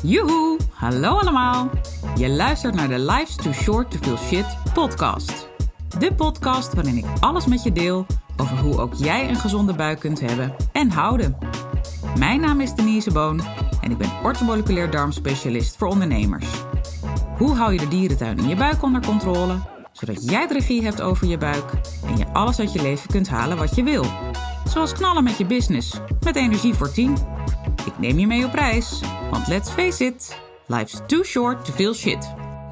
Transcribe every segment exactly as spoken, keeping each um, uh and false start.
Joehoe, hallo allemaal. Je luistert naar de Life's Too Short to Feel Shit podcast. De podcast waarin ik alles met je deel over hoe ook jij een gezonde buik kunt hebben en houden. Mijn naam is Denise Boon en ik ben orthomoleculair darmspecialist voor ondernemers. Hoe hou je de dierentuin in je buik onder controle, zodat jij de regie hebt over je buik en je alles uit je leven kunt halen wat je wil. Zoals knallen met je business, met energie voor tien. Ik neem je mee op reis, want let's face it, life's too short to feel shit.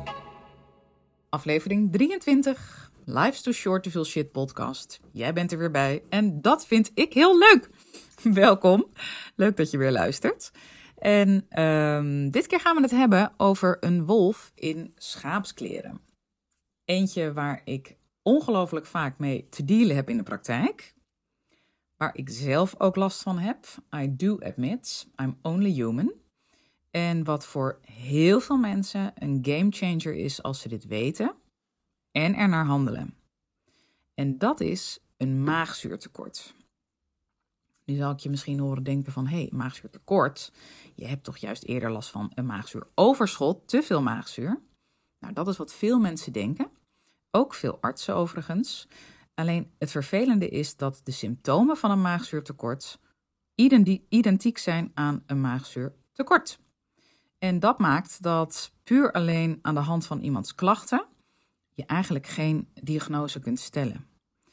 Aflevering drieëntwintig, Life's Too Short to Feel Shit podcast. Jij bent er weer bij en dat vind ik heel leuk. Welkom, leuk dat je weer luistert. En um, dit keer gaan we het hebben over een wolf in schaapskleren. Eentje waar ik ongelooflijk vaak mee te dealen heb in de praktijk. Waar ik zelf ook last van heb. I do admit, I'm only human. En wat voor heel veel mensen een gamechanger is als ze dit weten en er naar handelen. En dat is een maagzuurtekort. Nu zal ik je misschien horen denken van, hé, hey, maagzuurtekort. Je hebt toch juist eerder last van een maagzuuroverschot, te veel maagzuur. Nou, dat is wat veel mensen denken. Ook veel artsen overigens. Alleen het vervelende is dat de symptomen van een maagzuurtekort identiek zijn aan een maagzuurtekort. En dat maakt dat puur alleen aan de hand van iemands klachten je eigenlijk geen diagnose kunt stellen.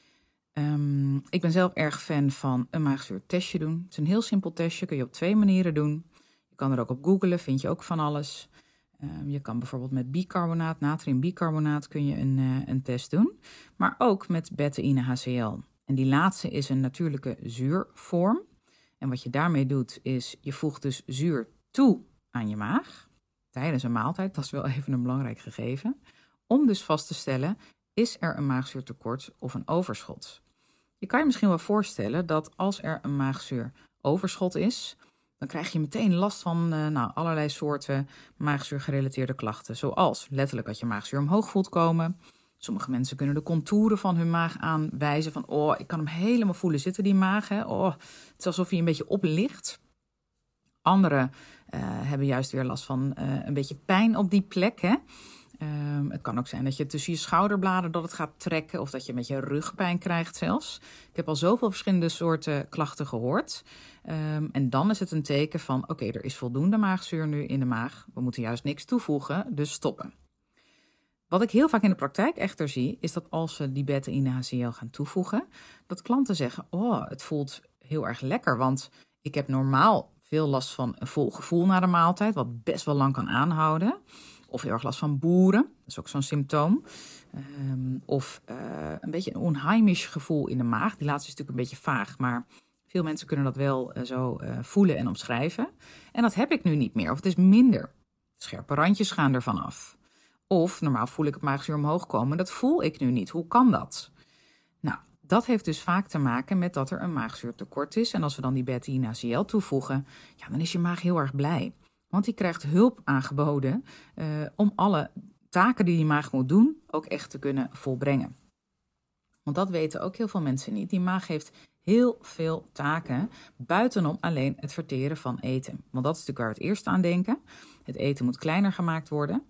Um, ik ben zelf erg fan van een maagzuurtestje doen. Het is een heel simpel testje, kun je op twee manieren doen. Je kan er ook op googlen, vind je ook van alles. Um, je kan bijvoorbeeld met bicarbonaat, natriumbicarbonaat kun je een, uh, een test doen. Maar ook met betaïne H C L. En die laatste is een natuurlijke zuurvorm. En wat je daarmee doet is, je voegt dus zuur toe aan je maag. Tijdens een maaltijd, dat is wel even een belangrijk gegeven. Om dus vast te stellen, is er een maagzuurtekort of een overschot? Je kan je misschien wel voorstellen dat als er een maagzuuroverschot is, dan krijg je meteen last van uh, nou, allerlei soorten maagzuurgerelateerde klachten. Zoals letterlijk dat je maagzuur omhoog voelt komen. Sommige mensen kunnen de contouren van hun maag aanwijzen van, oh, ik kan hem helemaal voelen zitten, die maag. Hè? Oh, het is alsof hij een beetje oplicht. Anderen uh, hebben juist weer last van uh, een beetje pijn op die plek, hè. Um, het kan ook zijn dat je tussen je schouderbladen dat het gaat trekken of dat je met je rugpijn krijgt zelfs. Ik heb al zoveel verschillende soorten klachten gehoord. Um, en dan is het een teken van, oké, okay, er is voldoende maagzuur nu in de maag. We moeten juist niks toevoegen, dus stoppen. Wat ik heel vaak in de praktijk echter zie, is dat als we die betaïne H C L gaan toevoegen, dat klanten zeggen, oh, het voelt heel erg lekker, want ik heb normaal veel last van een vol gevoel na de maaltijd, wat best wel lang kan aanhouden. Of heel erg last van boeren, dat is ook zo'n symptoom. Um, of uh, een beetje een onheimisch gevoel in de maag. Die laatste is natuurlijk een beetje vaag, maar veel mensen kunnen dat wel uh, zo uh, voelen en omschrijven. En dat heb ik nu niet meer, of het is minder. Scherpe randjes gaan ervan af. Of normaal voel ik het maagzuur omhoog komen, dat voel ik nu niet. Hoe kan dat? Nou, dat heeft dus vaak te maken met dat er een maagzuurtekort is. En als we dan die betaïne H C L toevoegen, ja, dan is je maag heel erg blij. Want die krijgt hulp aangeboden uh, om alle taken die die maag moet doen ook echt te kunnen volbrengen. Want dat weten ook heel veel mensen niet. Die maag heeft heel veel taken buitenom alleen het verteren van eten. Want dat is natuurlijk waar we het eerst aan denken. Het eten moet kleiner gemaakt worden.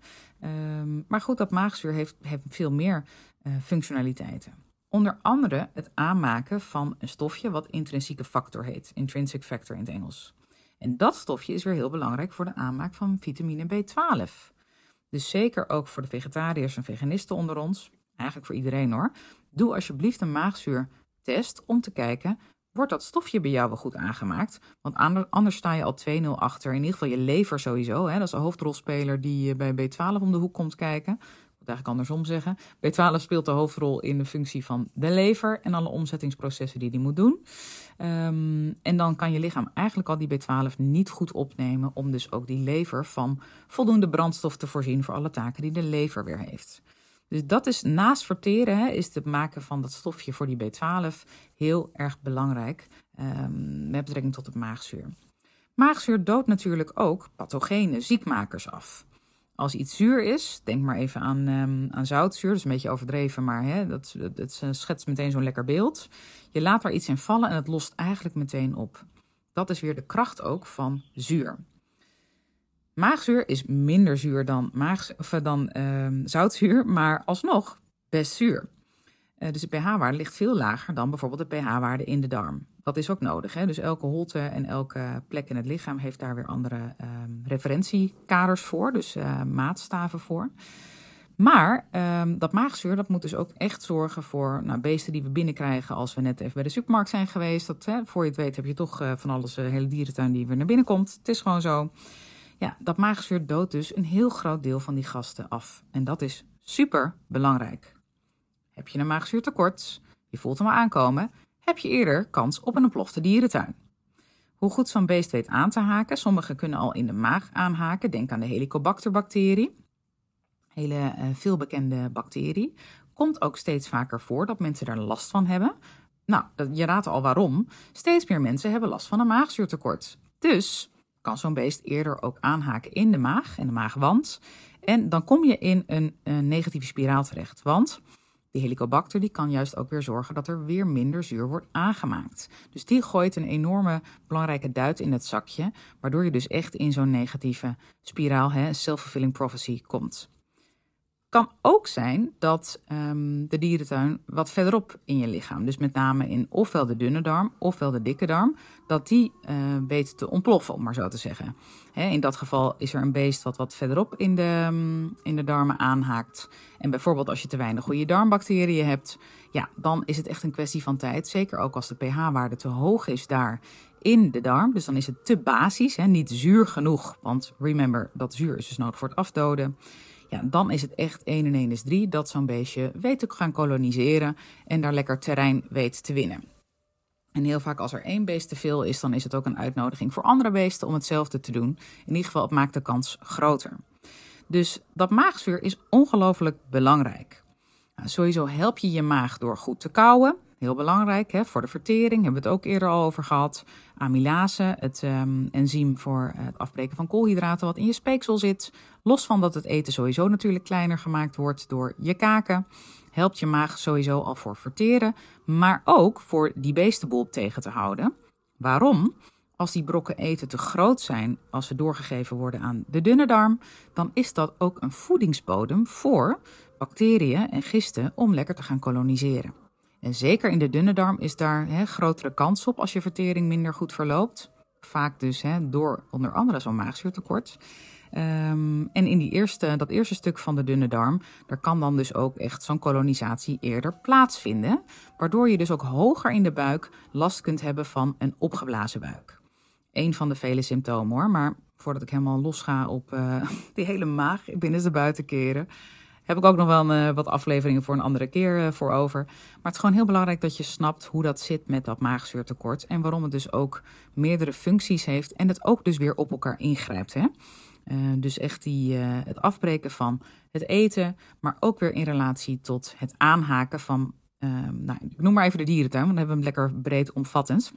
Um, maar goed, dat maagzuur heeft, heeft veel meer uh, functionaliteiten. Onder andere het aanmaken van een stofje wat intrinsieke factor heet. Intrinsic factor in het Engels. En dat stofje is weer heel belangrijk voor de aanmaak van vitamine B twaalf. Dus zeker ook voor de vegetariërs en veganisten onder ons, eigenlijk voor iedereen hoor. Doe alsjeblieft een maagzuurtest om te kijken, wordt dat stofje bij jou wel goed aangemaakt? Want anders sta je al twee nul achter, in ieder geval je lever sowieso. Hè? Dat is de hoofdrolspeler die bij B twaalf om de hoek komt kijken. Ik moet eigenlijk andersom zeggen. B twaalf speelt de hoofdrol in de functie van de lever en alle omzettingsprocessen die die moet doen. Um, en dan kan je lichaam eigenlijk al die B twaalf niet goed opnemen om dus ook die lever van voldoende brandstof te voorzien voor alle taken die de lever weer heeft. Dus dat is naast verteren, hè, is het maken van dat stofje voor die B twaalf heel erg belangrijk um, met betrekking tot het maagzuur. Maagzuur doodt natuurlijk ook pathogene ziekmakers af. Als iets zuur is, denk maar even aan, um, aan zoutzuur. Dat is een beetje overdreven, maar hè, dat, dat, dat schetst meteen zo'n lekker beeld. Je laat daar iets in vallen en het lost eigenlijk meteen op. Dat is weer de kracht ook van zuur. Maagzuur is minder zuur dan, maag, of dan uh, zoutzuur, maar alsnog best zuur. Uh, dus de pH-waarde ligt veel lager dan bijvoorbeeld de pH-waarde in de darm. Dat is ook nodig. Hè? Dus elke holte en elke plek in het lichaam heeft daar weer andere uh, referentiekaders voor, dus uh, maatstaven voor. Maar um, dat maagzuur, dat moet dus ook echt zorgen voor nou, beesten die we binnenkrijgen als we net even bij de supermarkt zijn geweest. Dat, hè, voor je het weet heb je toch uh, van alles, uh, hele dierentuin die weer naar binnen komt. Het is gewoon zo. Ja, dat maagzuur doodt dus een heel groot deel van die gasten af. En dat is super belangrijk. Heb je een maagzuurtekort, je voelt hem al aankomen, heb je eerder kans op een ontplofte dierentuin. Hoe goed zo'n beest weet aan te haken, sommigen kunnen al in de maag aanhaken. Denk aan de Helicobacter-bacterie. Hele uh, veelbekende bacterie. Komt ook steeds vaker voor dat mensen daar last van hebben. Nou, je raadt al waarom. Steeds meer mensen hebben last van een maagzuurtekort. Dus kan zo'n beest eerder ook aanhaken in de maag en de maagwand. En dan kom je in een, een negatieve spiraal terecht. Want die Helicobacter die kan juist ook weer zorgen dat er weer minder zuur wordt aangemaakt. Dus die gooit een enorme belangrijke duit in het zakje. Waardoor je dus echt in zo'n negatieve spiraal, hè, self-fulfilling prophecy, komt. Kan ook zijn dat um, de dierentuin wat verderop in je lichaam, dus met name in ofwel de dunne darm ofwel de dikke darm, dat die uh, weet te ontploffen, om maar zo te zeggen. He, in dat geval is er een beest wat wat verderop in de, um, in de darmen aanhaakt. En bijvoorbeeld als je te weinig goede darmbacteriën hebt, ja, dan is het echt een kwestie van tijd. Zeker ook als de pH-waarde te hoog is daar in de darm. Dus dan is het te basisch, he, niet zuur genoeg. Want remember, dat zuur is dus nodig voor het afdoden. Ja, dan is het echt één en één is drie dat zo'n beestje weet te gaan koloniseren en daar lekker terrein weet te winnen. En heel vaak als er één beest te veel is, dan is het ook een uitnodiging voor andere beesten om hetzelfde te doen. In ieder geval, het maakt de kans groter. Dus dat maagzuur is ongelooflijk belangrijk. Nou, sowieso help je je maag door goed te kauwen. Heel belangrijk, hè, voor de vertering, hebben we het ook eerder al over gehad. Amylase, het um, enzym voor het afbreken van koolhydraten wat in je speeksel zit. Los van dat het eten sowieso natuurlijk kleiner gemaakt wordt door je kaken. Helpt je maag sowieso al voor verteren, maar ook voor die beestenboel tegen te houden. Waarom? Als die brokken eten te groot zijn, als ze doorgegeven worden aan de dunne darm, dan is dat ook een voedingsbodem voor bacteriën en gisten om lekker te gaan koloniseren. En zeker in de dunne darm is daar hè, grotere kans op als je vertering minder goed verloopt. Vaak dus hè, door onder andere zo'n maagzuurtekort. Um, en in die eerste, dat eerste stuk van de dunne darm, daar kan dan dus ook echt zo'n kolonisatie eerder plaatsvinden. Waardoor je dus ook hoger in de buik last kunt hebben van een opgeblazen buik. Eén van de vele symptomen hoor, maar voordat ik helemaal losga op uh, die hele maag binnenste buitenkeren, heb ik ook nog wel uh, wat afleveringen voor een andere keer uh, voor over. Maar het is gewoon heel belangrijk dat je snapt hoe dat zit met dat maagzuurtekort. En waarom het dus ook meerdere functies heeft en het ook dus weer op elkaar ingrijpt. Hè? Uh, dus echt die, uh, het afbreken van het eten, maar ook weer in relatie tot het aanhaken van, uh, nou, ik noem maar even de dierentuin, want dan hebben we hem lekker breed omvattend.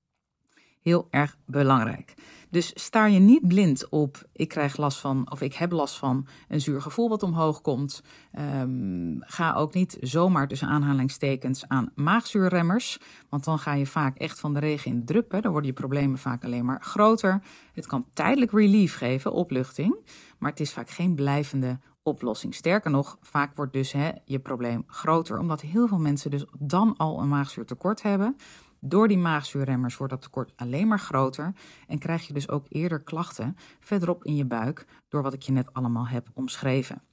Heel erg belangrijk. Dus sta je niet blind op, ik krijg last van, of ik heb last van een zuur gevoel wat omhoog komt. Um, ga ook niet zomaar tussen aanhalingstekens aan maagzuurremmers. Want dan ga je vaak echt van de regen in de drup. Hè. Dan worden je problemen vaak alleen maar groter. Het kan tijdelijk relief geven, opluchting. Maar het is vaak geen blijvende oplossing. Sterker nog, vaak wordt dus hè, je probleem groter. Omdat heel veel mensen dus dan al een maagzuurtekort hebben. Door die maagzuurremmers wordt dat tekort alleen maar groter en krijg je dus ook eerder klachten verderop in je buik door wat ik je net allemaal heb omschreven.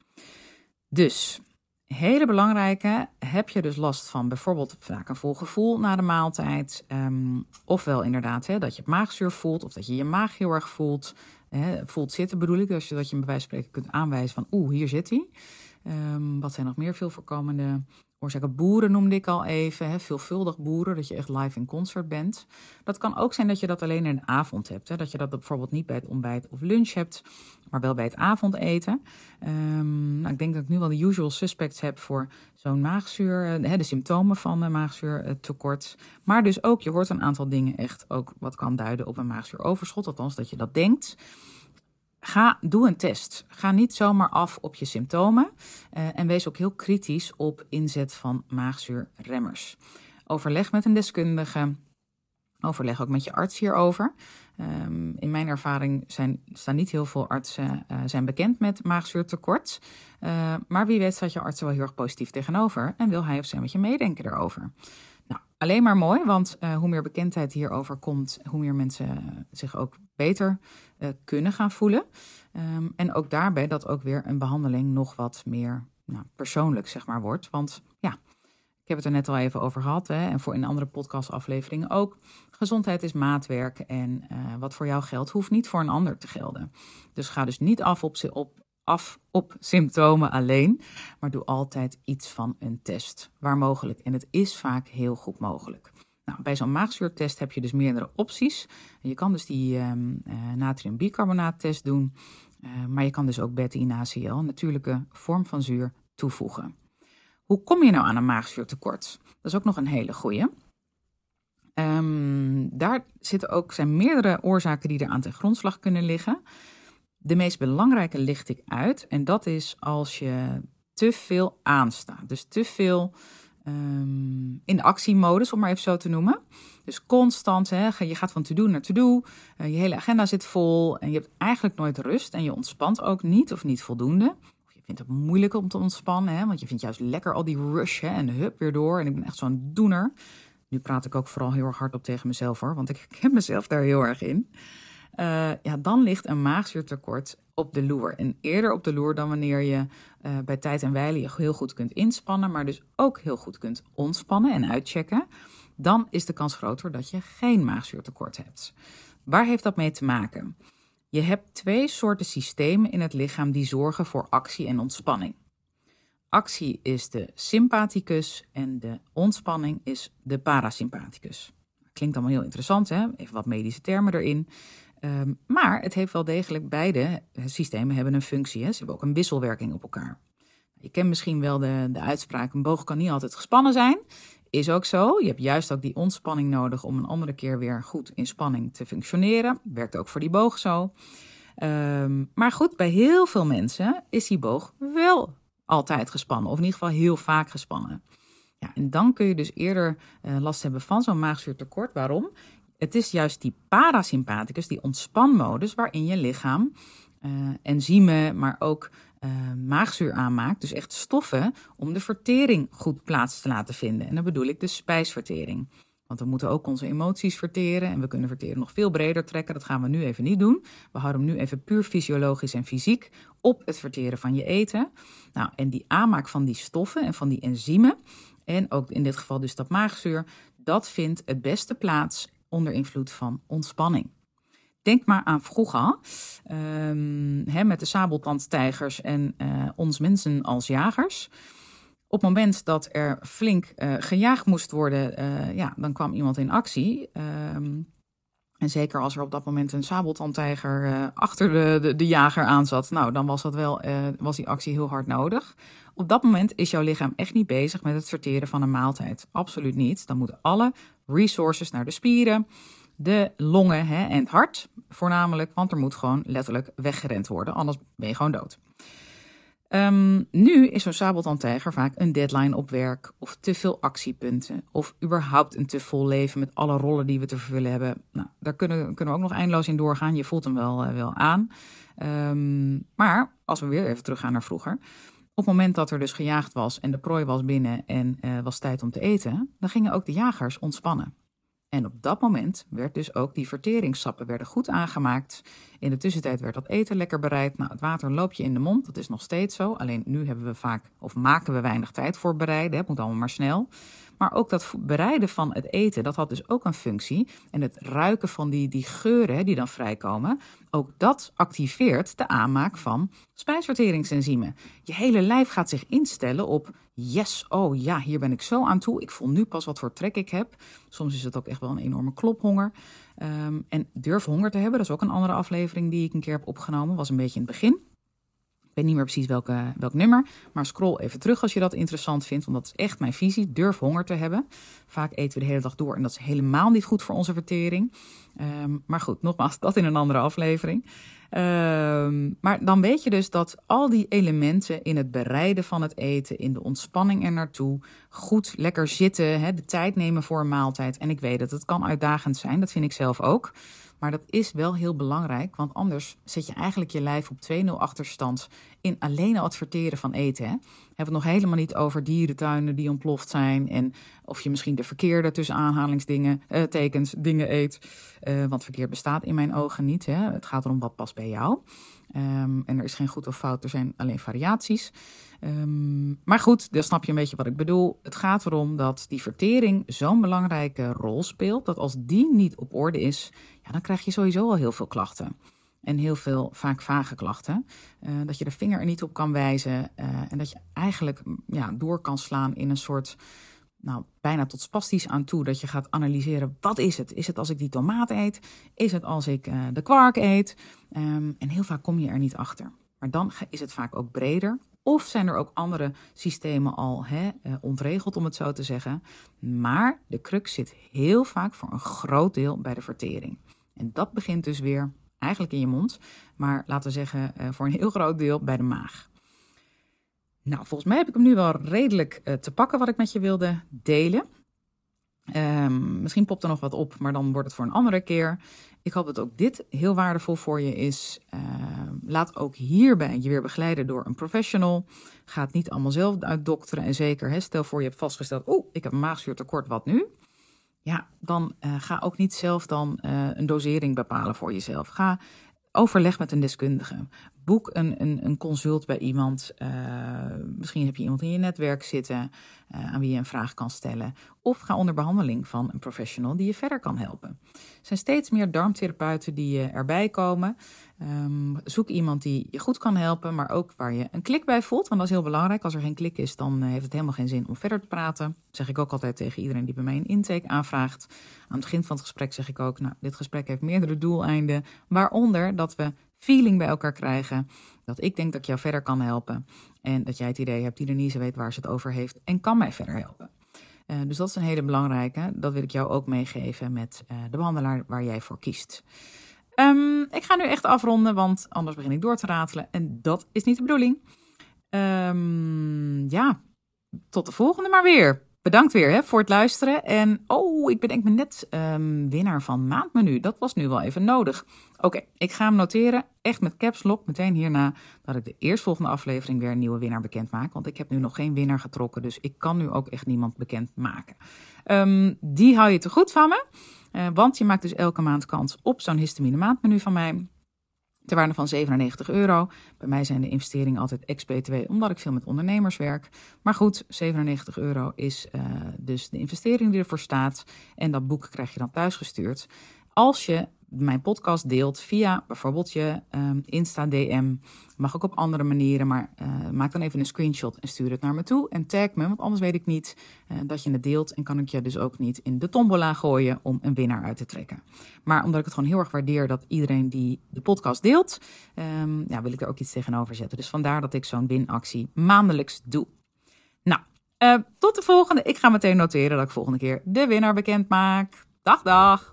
Dus, hele belangrijke, heb je dus last van bijvoorbeeld vaak een vol gevoel na de maaltijd, um, ofwel inderdaad hè, dat je het maagzuur voelt of dat je je maag heel erg voelt, hè, voelt zitten bedoel ik, dus dat je bij wijze van spreken kunt aanwijzen van oeh, hier zit hij. Um, wat zijn nog meer veel voorkomende oorzaken? Boeren noemde ik al even, hè, veelvuldig boeren, dat je echt live in concert bent. Dat kan ook zijn dat je dat alleen in de avond hebt. Hè, dat je dat bijvoorbeeld niet bij het ontbijt of lunch hebt, maar wel bij het avondeten. Um, nou, ik denk dat ik nu wel de usual suspects heb voor zo'n maagzuur, hè, de symptomen van een maagzuurtekort. Maar dus ook, je hoort een aantal dingen echt ook wat kan duiden op een maagzuuroverschot, althans dat je dat denkt. Ga, doe een test. Ga niet zomaar af op je symptomen. Uh, en wees ook heel kritisch op inzet van maagzuurremmers. Overleg met een deskundige. Overleg ook met je arts hierover. Um, in mijn ervaring zijn, staan niet heel veel artsen uh, zijn bekend met maagzuurtekort. Uh, maar wie weet staat je arts er wel heel erg positief tegenover en wil hij of zij met je meedenken erover. Nou, alleen maar mooi, want uh, hoe meer bekendheid hierover komt, hoe meer mensen zich ook beter uh, kunnen gaan voelen. Um, en ook daarbij dat ook weer een behandeling nog wat meer nou, persoonlijk zeg maar wordt. Want ja, ik heb het er net al even over gehad, hè, en voor in andere podcastafleveringen ook. Gezondheid is maatwerk en uh, wat voor jou geldt, hoeft niet voor een ander te gelden. Dus ga dus niet af op, op, af op symptomen alleen, maar doe altijd iets van een test, waar mogelijk. En het is vaak heel goed mogelijk. Nou, bij zo'n maagzuurtest heb je dus meerdere opties. Je kan dus die um, uh, natriumbicarbonaattest doen, uh, maar je kan dus ook beta-NaCl, een natuurlijke vorm van zuur, toevoegen. Hoe kom je nou aan een maagzuurtekort? Dat is ook nog een hele goeie. Um, daar zitten ook, zijn meerdere oorzaken die er aan ten grondslag kunnen liggen. De meest belangrijke licht ik uit. En dat is als je te veel aanstaat. Dus te veel um, in de actiemodus, om maar even zo te noemen. Dus constant, hè, je gaat van to-do naar to-do. Uh, je hele agenda zit vol. En je hebt eigenlijk nooit rust. En je ontspant ook niet of niet voldoende. Je vindt het moeilijk om te ontspannen, hè? Want je vindt juist lekker al die rush hè? En hup weer door. En ik ben echt zo'n doener. Nu praat ik ook vooral heel erg hard op tegen mezelf hoor, want ik ken mezelf daar heel erg in. Uh, ja, dan ligt een maagzuurtekort op de loer. En eerder op de loer dan wanneer je uh, bij tijd en wijle je heel goed kunt inspannen, maar dus ook heel goed kunt ontspannen en uitchecken. Dan is de kans groter dat je geen maagzuurtekort hebt. Waar heeft dat mee te maken? Je hebt twee soorten systemen in het lichaam die zorgen voor actie en ontspanning. Actie is de sympathicus en de ontspanning is de parasympathicus. Klinkt allemaal heel interessant, hè? Even wat medische termen erin. Um, maar het heeft wel degelijk, beide systemen hebben een functie. Hè? Ze hebben ook een wisselwerking op elkaar. Je kent misschien wel de, de uitspraak, een boog kan niet altijd gespannen zijn. Is ook zo. Je hebt juist ook die ontspanning nodig om een andere keer weer goed in spanning te functioneren. Werkt ook voor die boog zo. Um, maar goed, bij heel veel mensen is die boog wel altijd gespannen. Of in ieder geval heel vaak gespannen. Ja, en dan kun je dus eerder uh, last hebben van zo'n maagzuurtekort. Waarom? Het is juist die parasympathicus, die ontspanmodus, waarin je lichaam uh, enzymen, maar ook uh, maagzuur aanmaakt. Dus echt stoffen om de vertering goed plaats te laten vinden. En dan bedoel ik de spijsvertering. Want we moeten ook onze emoties verteren. En we kunnen verteren nog veel breder trekken. Dat gaan we nu even niet doen. We houden hem nu even puur fysiologisch en fysiek op het verteren van je eten. Nou, en die aanmaak van die stoffen en van die enzymen, en ook in dit geval dus dat maagzuur, dat vindt het beste plaats onder invloed van ontspanning. Denk maar aan vroeger, um, hè, met de sabeltandtijgers en uh, ons mensen als jagers. Op het moment dat er flink uh, gejaagd moest worden, uh, ja, dan kwam iemand in actie. Um, en zeker als er op dat moment een sabeltandtijger uh, achter de, de, de jager aan zat, nou, dan was, dat wel, uh, was die actie heel hard nodig. Op dat moment is jouw lichaam echt niet bezig met het verteren van een maaltijd. Absoluut niet. Dan moeten alle resources naar de spieren, de longen hè, en het hart voornamelijk, want er moet gewoon letterlijk weggerend worden, anders ben je gewoon dood. Um, nu is zo'n sabeltandtijger vaak een deadline op werk of te veel actiepunten of überhaupt een te vol leven met alle rollen die we te vervullen hebben. Nou, daar kunnen, kunnen we ook nog eindeloos in doorgaan. Je voelt hem wel, uh, wel aan. Um, maar als we weer even teruggaan naar vroeger. Op het moment dat er dus gejaagd was en de prooi was binnen en uh, was tijd om te eten, dan gingen ook de jagers ontspannen. En op dat moment werd dus ook die verteringssappen werden goed aangemaakt. In de tussentijd werd dat eten lekker bereid. Nou, het water loop je in de mond, dat is nog steeds zo. Alleen nu hebben we vaak, of maken we weinig tijd voor bereiden. Het moet allemaal maar snel. Maar ook dat bereiden van het eten, dat had dus ook een functie. En het ruiken van die, die geuren die dan vrijkomen, ook dat activeert de aanmaak van spijsverteringsenzymen. Je hele lijf gaat zich instellen op, yes, oh ja, hier ben ik zo aan toe. Ik voel nu pas wat voor trek ik heb. Soms is het ook echt wel een enorme klophonger. Um, en durf honger te hebben, dat is ook een andere aflevering die ik een keer heb opgenomen. Was een beetje in het begin. Ik weet niet meer precies welke, welk nummer. Maar scroll even terug als je dat interessant vindt. Want dat is echt mijn visie. Durf honger te hebben. Vaak eten we de hele dag door. En dat is helemaal niet goed voor onze vertering. Um, maar goed, nogmaals, dat in een andere aflevering. Um, maar dan weet je dus dat al die elementen in het bereiden van het eten, in de ontspanning er naartoe, goed lekker zitten, hè, de tijd nemen voor een maaltijd. En ik weet dat het kan uitdagend zijn, dat vind ik zelf ook. Maar dat is wel heel belangrijk, want anders zet je eigenlijk je lijf op twee nul achterstand in alleen al het verteren van eten. Hè. We hebben het nog helemaal niet over dierentuinen die ontploft zijn en of je misschien de verkeerde tussen aanhalingsdingen, eh, tekens, dingen eet. Uh, want verkeerd bestaat in mijn ogen niet. Hè. Het gaat erom wat past bij jou. Um, en er is geen goed of fout, er zijn alleen variaties. Um, maar goed, dan snap je een beetje wat ik bedoel. Het gaat erom dat die vertering zo'n belangrijke rol speelt, dat als die niet op orde is, ja, dan krijg je sowieso al heel veel klachten. En heel veel, vaak vage klachten. Uh, dat je de vinger er niet op kan wijzen. Uh, en dat je eigenlijk ja, door kan slaan in een soort, nou, bijna tot spastisch aan toe. Dat je gaat analyseren, wat is het? Is het als ik die tomaat eet? Is het als ik uh, de kwark eet? Um, en heel vaak kom je er niet achter. Maar dan is het vaak ook breder. Of zijn er ook andere systemen al hè, uh, ontregeld, om het zo te zeggen. Maar de crux zit heel vaak voor een groot deel bij de vertering. En dat begint dus weer eigenlijk in je mond. Maar laten we zeggen uh, voor een heel groot deel bij de maag. Nou, volgens mij heb ik hem nu wel redelijk uh, te pakken wat ik met je wilde delen. Um, misschien popt er nog wat op, maar dan wordt het voor een andere keer. Ik hoop dat ook dit heel waardevol voor je is. Uh, laat ook hierbij je weer begeleiden door een professional. Ga het niet allemaal zelf uitdokteren. En zeker, hè, stel voor je hebt vastgesteld, oeh, ik heb een maagzuurtekort, wat nu? Ja, dan uh, ga ook niet zelf dan uh, een dosering bepalen voor jezelf. Ga overleg met een deskundige. Boek een, een, een consult bij iemand. Uh, misschien heb je iemand in je netwerk zitten uh, aan wie je een vraag kan stellen. Of ga onder behandeling van een professional die je verder kan helpen. Er zijn steeds meer darmtherapeuten die uh, erbij komen. Um, zoek iemand die je goed kan helpen, maar ook waar je een klik bij voelt. Want dat is heel belangrijk. Als er geen klik is, dan uh, heeft het helemaal geen zin om verder te praten. Dat zeg ik ook altijd tegen iedereen die bij mij een intake aanvraagt. Aan het begin van het gesprek zeg ik ook, nou, dit gesprek heeft meerdere doeleinden. Waaronder dat we feeling bij elkaar krijgen. Dat ik denk dat ik jou verder kan helpen. En dat jij het idee hebt, die Denise weet waar ze het over heeft en kan mij verder helpen. Uh, dus dat is een hele belangrijke. Dat wil ik jou ook meegeven met uh, de behandelaar waar jij voor kiest. Um, ik ga nu echt afronden, want anders begin ik door te ratelen. En dat is niet de bedoeling. Um, ja, tot de volgende maar weer. Bedankt weer hè, voor het luisteren. En oh, ik bedenk me net um, winnaar van maandmenu. Dat was nu wel even nodig. Oké, okay, ik ga hem noteren. Echt met caps lock meteen hierna dat ik de eerstvolgende aflevering weer een nieuwe winnaar bekend maak. Want ik heb nu nog geen winnaar getrokken. Dus ik kan nu ook echt niemand bekend maken. Um, die hou je te goed van me. Uh, want je maakt dus elke maand kans op zo'n histamine maandmenu van mij. Ter waarde van zevenennegentig euro. Bij mij zijn de investeringen altijd ex-B T W, omdat ik veel met ondernemers werk. Maar goed, zevenennegentig euro is uh, dus de investering die ervoor staat. En dat boek krijg je dan thuisgestuurd. Als je mijn podcast deelt via bijvoorbeeld je um, Insta-D M. Mag ook op andere manieren, maar uh, maak dan even een screenshot en stuur het naar me toe. En tag me, want anders weet ik niet uh, dat je het deelt. En kan ik je dus ook niet in de tombola gooien om een winnaar uit te trekken. Maar omdat ik het gewoon heel erg waardeer dat iedereen die de podcast deelt, um, ja, wil ik er ook iets tegenover zetten. Dus vandaar dat ik zo'n winactie maandelijks doe. Nou, uh, tot de volgende. Ik ga meteen noteren dat ik volgende keer de winnaar bekend maak. Dag, dag!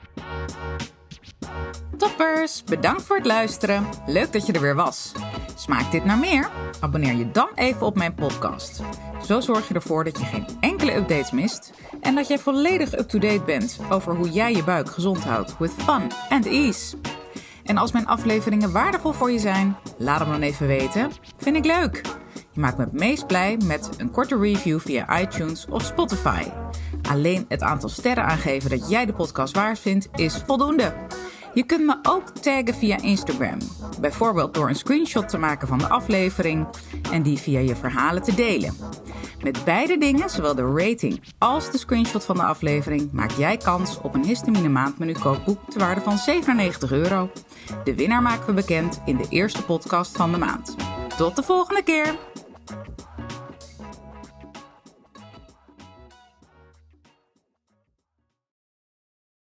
Toppers, bedankt voor het luisteren. Leuk dat je er weer was. Smaakt dit naar meer? Abonneer je dan even op mijn podcast. Zo zorg je ervoor dat je geen enkele updates mist en dat jij volledig up-to-date bent over hoe jij je buik gezond houdt with fun and ease. En als mijn afleveringen waardevol voor je zijn, laat hem dan even weten. Vind ik leuk. Je maakt me het meest blij met een korte review via iTunes of Spotify. Alleen het aantal sterren aangeven dat jij de podcast waard vindt is voldoende. Je kunt me ook taggen via Instagram. Bijvoorbeeld door een screenshot te maken van de aflevering en die via je verhalen te delen. Met beide dingen, zowel de rating als de screenshot van de aflevering, maak jij kans op een histamine maandmenu kookboek ter waarde van zevenennegentig euro. De winnaar maken we bekend in de eerste podcast van de maand. Tot de volgende keer!